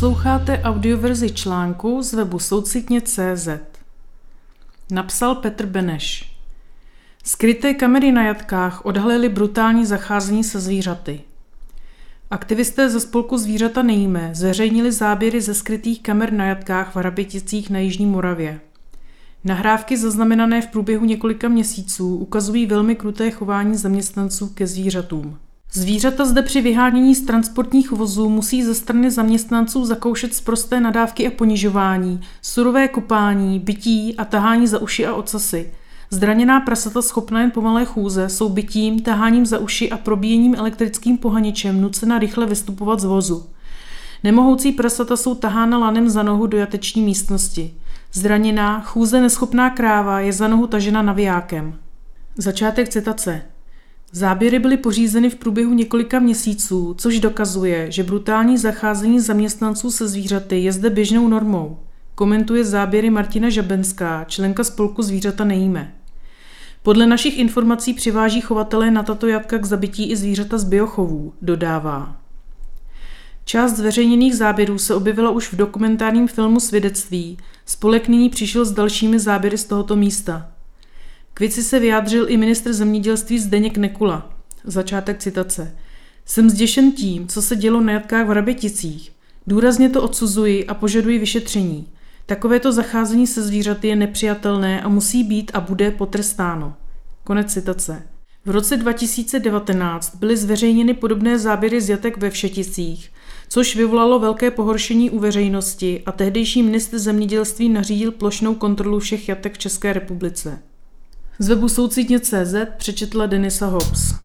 Posloucháte audioverzi článku z webu soucitně.cz. Napsal Petr Beneš. Skryté kamery na jatkách odhalily brutální zacházení se zvířaty. Aktivisté ze spolku Zvířata nejíme zveřejnili záběry ze skrytých kamer na jatkách v Hraběticích na jižní Moravě. Nahrávky zaznamenané v průběhu několika měsíců ukazují velmi kruté chování zaměstnanců ke zvířatům. Zvířata zde při vyhánění z transportních vozů musí ze strany zaměstnanců zakoušet sprosté nadávky a ponižování, surové kopání, bití a tahání za uši a ocasy. Zraněná prasata schopná jen pomalé chůze jsou bitím, taháním za uši a probíjením elektrickým pohaničem nucena rychle vystupovat z vozu. Nemohoucí prasata jsou tahána lanem za nohu do jateční místnosti. Zraněná, chůze neschopná kráva je za nohu tažena navijákem. Začátek citace. Záběry byly pořízeny v průběhu několika měsíců, což dokazuje, že brutální zacházení zaměstnanců se zvířaty je zde běžnou normou. Komentuje záběry Martina Žabenská, členka spolku Zvířata nejíme. Podle našich informací přiváží chovatelé na tato jatka k zabití i zvířata z biochovů, dodává. Část zveřejněných záběrů se objevila už v dokumentárním filmu Svědectví, spolek nyní přišel s dalšími záběry z tohoto místa. K věci se vyjádřil i ministr zemědělství Zdeněk Nekula. Začátek citace. Jsem zděšen tím, co se dělo na jatkách v Hraběticích. Důrazně to odsuzuji a požaduji vyšetření. Takovéto zacházení se zvířaty je nepřijatelné a musí být a bude potrestáno. Konec citace. V roce 2019 byly zveřejněny podobné záběry z jatek ve Všeticích, což vyvolalo velké pohoršení u veřejnosti a tehdejší ministr zemědělství nařídil plošnou kontrolu všech jatek v České republice. Z webu soucitně.cz přečetla Denisa Hobbs.